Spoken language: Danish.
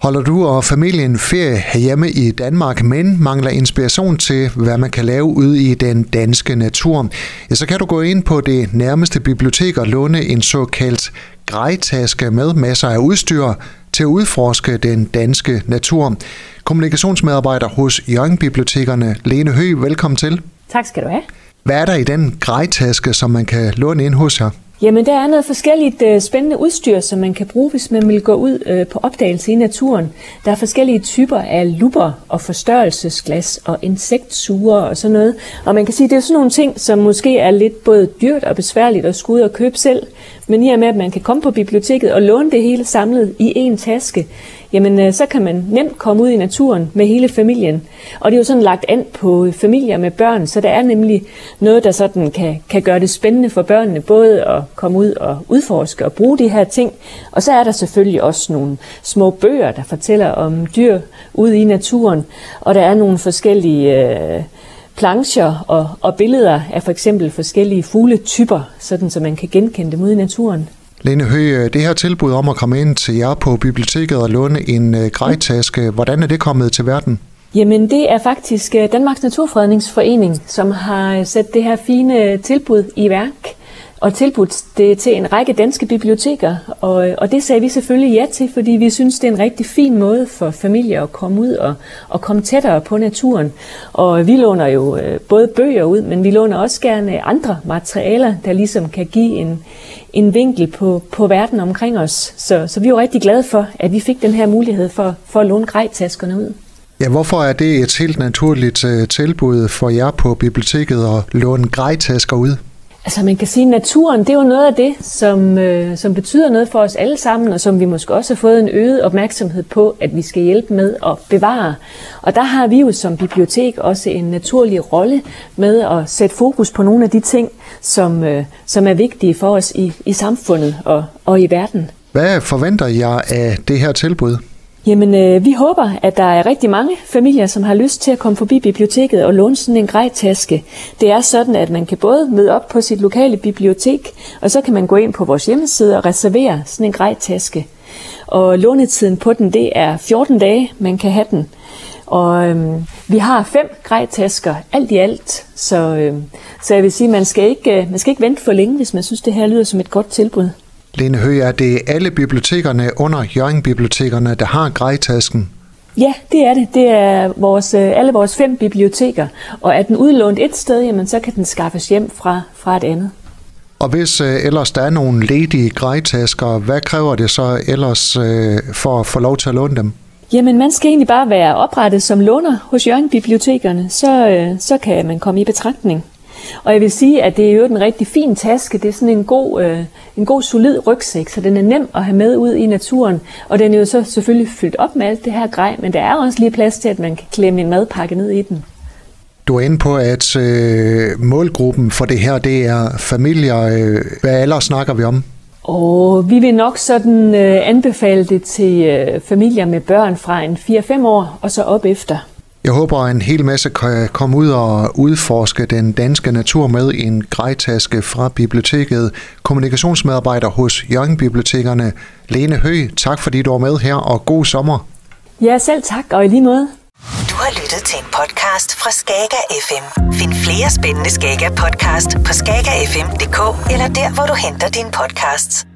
Holder du og familien ferie herhjemme i Danmark, men mangler inspiration til, hvad man kan lave ude i den danske natur, ja, så kan du gå ind på det nærmeste bibliotek og låne en såkaldt grejtaske med masser af udstyr til at udforske den danske natur. Kommunikationsmedarbejder hos Hjørring Bibliotekerne, Lene Høgh, velkommen til. Tak skal du have. Hvad er der i den grejtaske, som man kan låne ind hos jer? Jamen, der er noget forskelligt spændende udstyr, som man kan bruge, hvis man vil gå ud på opdagelse i naturen. Der er forskellige typer af lupper og forstørrelsesglas og insektsuger og sådan noget. Og man kan sige, at det er sådan nogle ting, som måske er lidt både dyrt og besværligt at skulle ud og købe selv. Men i og med, at man kan komme på biblioteket og låne det hele samlet i en taske, jamen så kan man nemt komme ud i naturen med hele familien. Og det er jo sådan lagt an på familier med børn, så der er nemlig noget, der sådan kan gøre det spændende for børnene, både at komme ud og udforske og bruge de her ting. Og så er der selvfølgelig også nogle små bøger, der fortæller om dyr ude i naturen. Og der er nogle forskellige plancher og billeder af for eksempel forskellige fugletyper, sådan så man kan genkende dem ude i naturen. Lene Høgh, det her tilbud om at komme ind til jer på biblioteket og låne en grejtaske, hvordan er det kommet til verden? Jamen, det er faktisk Danmarks Naturfredningsforening, som har sat det her fine tilbud i værk og tilbudt det til en række danske biblioteker. Og det sagde vi selvfølgelig ja til, fordi vi synes, det er en rigtig fin måde for familier at komme ud og komme tættere på naturen. Og vi låner jo både bøger ud, men vi låner også gerne andre materialer, der ligesom kan give en vinkel på verden omkring os. Så vi er jo rigtig glade for, at vi fik den her mulighed for at låne grejtaskerne ud. Ja, hvorfor er det et helt naturligt tilbud for jer på biblioteket at låne grejtasker ud? Altså man kan sige, at naturen, det er jo noget af det, som betyder noget for os alle sammen, og som vi måske også har fået en øget opmærksomhed på, at vi skal hjælpe med at bevare. Og der har vi jo som bibliotek også en naturlig rolle med at sætte fokus på nogle af de ting, som er vigtige for os i samfundet og i verden. Hvad forventer jeg af det her tilbud? Jamen, vi håber, at der er rigtig mange familier, som har lyst til at komme forbi biblioteket og låne sådan en grejtaske. Det er sådan, at man kan både møde op på sit lokale bibliotek, og så kan man gå ind på vores hjemmeside og reservere sådan en grejtaske. Og lånetiden på den, det er 14 dage, man kan have den. Og vi har 5 grejtasker alt i alt, så jeg vil sige, man skal ikke vente for længe, hvis man synes, det her lyder som et godt tilbud. Lene Høgh, er det alle bibliotekerne under Hjørring Bibliotekerne, der har grejtasken? Ja, det er det. Det er alle vores 5 biblioteker. Og er den udlånt et sted, jamen, så kan den skaffes hjem fra et andet. Og hvis ellers der er nogle ledige grejtasker, hvad kræver det så ellers for at få lov til at låne dem? Jamen, man skal egentlig bare være oprettet som låner hos Hjørring Bibliotekerne, så kan man komme i betragtning. Og jeg vil sige, at det er jo en rigtig fin taske. Det er sådan en god solid rygsæk, så den er nem at have med ud i naturen. Og den er jo så selvfølgelig fyldt op med alt det her grej, men der er også lige plads til, at man kan klemme en madpakke ned i den. Du er inde på, at målgruppen for det her, det er familier. Hvad alder snakker vi om? Og vi vil nok sådan anbefale det til familier med børn fra en 4-5 år og så op efter. Jeg håber, at en hel masse kan komme ud og udforske den danske natur med en grejtaske fra biblioteket. Kommunikationsmedarbejder hos Hjørring Bibliotekerne, Lene Høgh, tak fordi du var med her, og god sommer. Ja, selv tak, og i lige måde. Du har lyttet til en podcast fra Skager FM. Find flere spændende Skager podcast på skagerfm.dk eller der, hvor du henter dine podcasts.